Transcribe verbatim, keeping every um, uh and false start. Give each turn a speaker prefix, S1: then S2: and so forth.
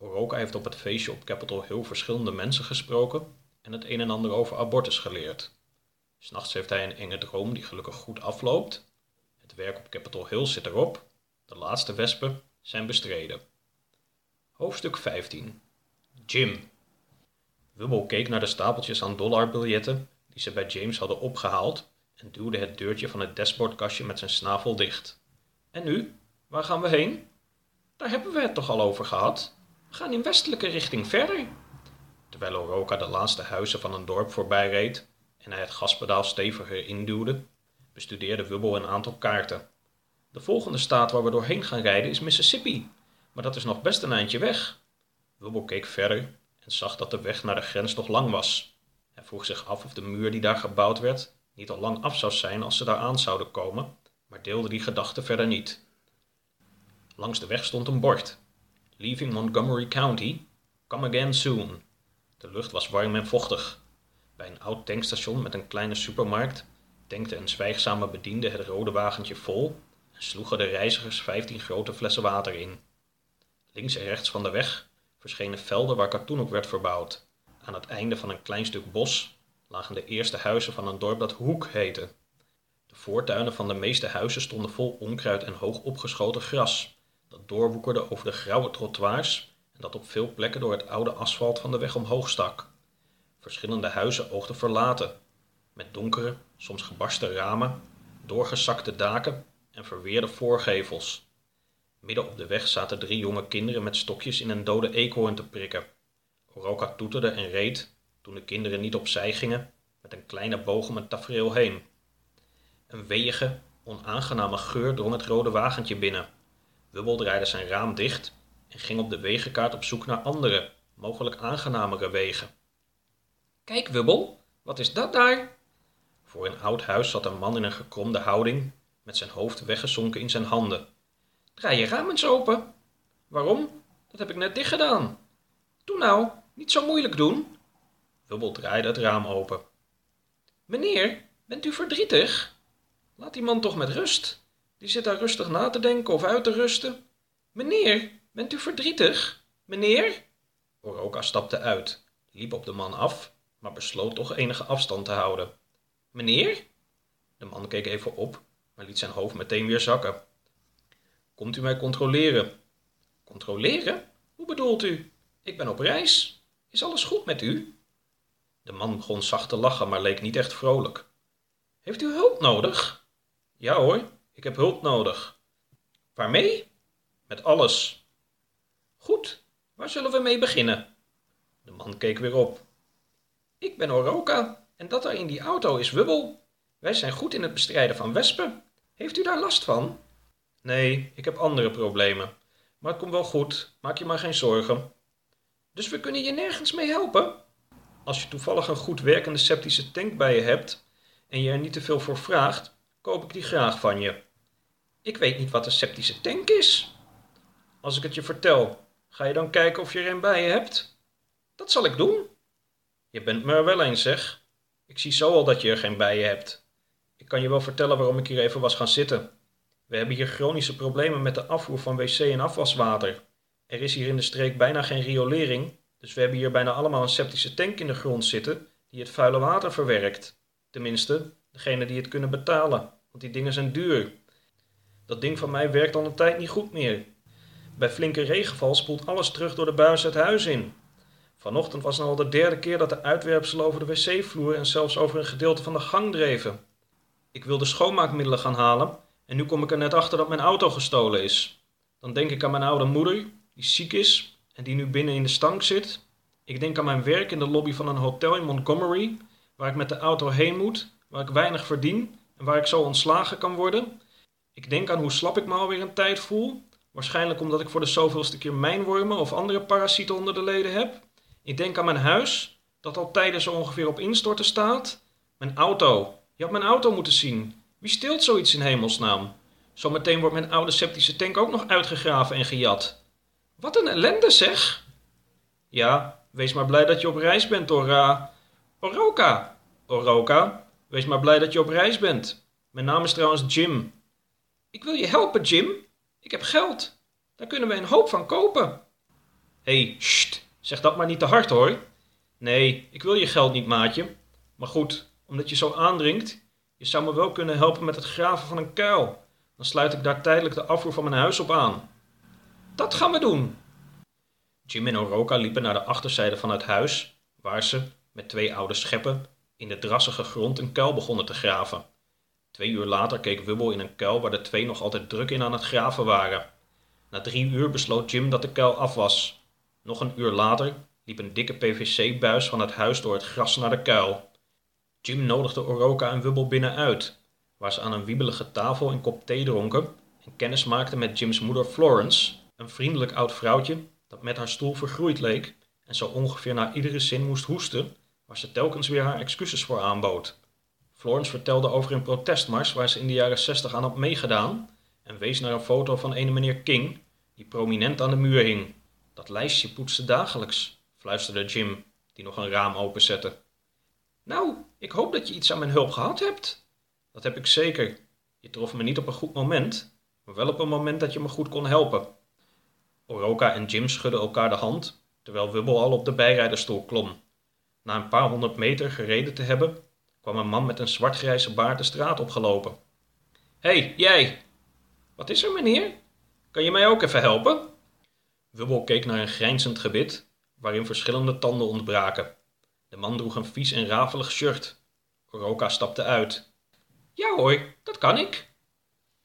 S1: Oroka heeft op het feestje op Capitol Hill verschillende mensen gesproken en het een en ander over abortus geleerd. 'S Nachts heeft hij een enge droom die gelukkig goed afloopt. Het werk op Capitol Hill zit erop. De laatste wespen zijn bestreden. Hoofdstuk vijftien. Jim. Wubble keek naar de stapeltjes aan dollarbiljetten die ze bij James hadden opgehaald en duwde het deurtje van het dashboardkastje met zijn snavel dicht. En nu? Waar gaan we heen? Daar hebben we het toch al over gehad? We gaan in westelijke richting verder. Terwijl Oroka de laatste huizen van een dorp voorbij reed en hij het gaspedaal steviger induwde, bestudeerde Wubble een aantal kaarten. De volgende staat waar we doorheen gaan rijden is Mississippi, maar dat is nog best een eindje weg. Wubble keek verder en zag dat de weg naar de grens nog lang was. Hij vroeg zich af of de muur die daar gebouwd werd niet al lang af zou zijn als ze daar aan zouden komen, maar deelde die gedachte verder niet. Langs de weg stond een bord. Leaving Montgomery County, come again soon. De lucht was warm en vochtig. Bij een oud tankstation met een kleine supermarkt tankte een zwijgzame bediende het rode wagentje vol en sloegen de reizigers vijftien grote flessen water in. Links en rechts van de weg verschenen velden waar katoen op werd verbouwd. Aan het einde van een klein stuk bos lagen de eerste huizen van een dorp dat Hoek heette. De voortuinen van de meeste huizen stonden vol onkruid en hoog opgeschoten gras, dat doorwoekerde over de grauwe trottoirs en dat op veel plekken door het oude asfalt van de weg omhoog stak. Verschillende huizen oogden verlaten, met donkere, soms gebarsten ramen, doorgezakte daken en verweerde voorgevels. Midden op de weg zaten drie jonge kinderen met stokjes in een dode eekhoorn te prikken. Oroka toeterde en reed, toen de kinderen niet opzij gingen, met een kleine boog om het tafereel heen. Een weeige, onaangename geur drong het rode wagentje binnen. Wubble draaide zijn raam dicht en ging op de wegenkaart op zoek naar andere, mogelijk aangenamere wegen. Kijk, Wubble, wat is dat daar? Voor een oud huis zat een man in een gekromde houding, met zijn hoofd weggezonken in zijn handen. Draai je raam eens open. Waarom? Dat heb ik net dicht gedaan. Doe nou, niet zo moeilijk doen. Wubble draaide het raam open. Meneer, bent u verdrietig? Laat die man toch met rust. Die zit daar rustig na te denken of uit te rusten. Meneer, bent u verdrietig? Meneer? Oroka stapte uit, liep op de man af, maar besloot toch enige afstand te houden. Meneer? De man keek even op, maar liet zijn hoofd meteen weer zakken. Komt u mij controleren? Controleren? Hoe bedoelt u? Ik ben op reis. Is alles goed met u? De man begon zacht te lachen, maar leek niet echt vrolijk. Heeft u hulp nodig? Ja hoor, ik heb hulp nodig. Waarmee? Met alles. Goed, waar zullen we mee beginnen? De man keek weer op. Ik ben Oroka en dat daar in die auto is Wubble. Wij zijn goed in het bestrijden van wespen. Heeft u daar last van? Nee, ik heb andere problemen. Maar het komt wel goed, maak je maar geen zorgen. Dus we kunnen je nergens mee helpen? Als je toevallig een goed werkende septische tank bij je hebt en je er niet te veel voor vraagt, koop ik die graag van je. Ik weet niet wat een septische tank is. Als ik het je vertel, ga je dan kijken of je er een bij je hebt? Dat zal ik doen. Je bent me er wel eens, zeg. Ik zie zo al dat je er geen bij je hebt. Ik kan je wel vertellen waarom ik hier even was gaan zitten. We hebben hier chronische problemen met de afvoer van wc en afwaswater. Er is hier in de streek bijna geen riolering, dus we hebben hier bijna allemaal een septische tank in de grond zitten die het vuile water verwerkt. Tenminste, degene die het kunnen betalen, want die dingen zijn duur. Dat ding van mij werkt al een tijd niet goed meer. Bij flinke regenval spoelt alles terug door de buis het huis in. Vanochtend was het al de derde keer dat de uitwerpselen over de wc-vloer en zelfs over een gedeelte van de gang dreven. Ik wilde schoonmaakmiddelen gaan halen en nu kom ik er net achter dat mijn auto gestolen is. Dan denk ik aan mijn oude moeder, die ziek is en die nu binnen in de stank zit. Ik denk aan mijn werk in de lobby van een hotel in Montgomery, waar ik met de auto heen moet, waar ik weinig verdien en waar ik zo ontslagen kan worden. Ik denk aan hoe slap ik me alweer een tijd voel, waarschijnlijk omdat ik voor de zoveelste keer mijnwormen of andere parasieten onder de leden heb. Ik denk aan mijn huis, dat al tijden zo ongeveer op instorten staat. Mijn auto, je had mijn auto moeten zien. Wie steelt zoiets in hemelsnaam? Zometeen wordt mijn oude septische tank ook nog uitgegraven en gejat. Wat een ellende, zeg! Ja, wees maar blij dat je op reis bent, Ora... Oroka! Oroka, wees maar blij dat je op reis bent. Mijn naam is trouwens Jim. Ik wil je helpen, Jim. Ik heb geld. Daar kunnen we een hoop van kopen. Hé, hey, sst, zeg dat maar niet te hard hoor. Nee, ik wil je geld niet, maatje. Maar goed, omdat je zo aandringt, je zou me wel kunnen helpen met het graven van een kuil. Dan sluit ik daar tijdelijk de afvoer van mijn huis op aan. Dat gaan we doen. Jim en Oroka liepen naar de achterzijde van het huis, waar ze, met twee oude scheppen, in de drassige grond een kuil begonnen te graven. Twee uur later keek Wubbel in een kuil waar de twee nog altijd druk in aan het graven waren. Na drie uur besloot Jim dat de kuil af was. Nog een uur later liep een dikke P V C-buis van het huis door het gras naar de kuil. Jim nodigde Oroka en Wubbel binnenuit, waar ze aan een wiebelige tafel een kop thee dronken en kennis maakten met Jims moeder Florence, een vriendelijk oud vrouwtje dat met haar stoel vergroeid leek en zo ongeveer na iedere zin moest hoesten, waar ze telkens weer haar excuses voor aanbood. Florence vertelde over een protestmars waar ze in de jaren zestig aan had meegedaan en wees naar een foto van ene meneer King, die prominent aan de muur hing. Dat lijstje poetste dagelijks, fluisterde Jim, die nog een raam openzette. Nou, ik hoop dat je iets aan mijn hulp gehad hebt. Dat heb ik zeker. Je trof me niet op een goed moment, maar wel op een moment dat je me goed kon helpen. Oroka en Jim schudden elkaar de hand, terwijl Wubbel al op de bijrijderstoel klom. Na een paar honderd meter gereden te hebben, kwam een man met een zwartgrijze baard de straat opgelopen. Hé, hey, jij! Wat is er, meneer? Kan je mij ook even helpen? Wubbel keek naar een grijnzend gebit, waarin verschillende tanden ontbraken. De man droeg een vies en rafelig shirt. Oroka stapte uit. Ja hoor, dat kan ik.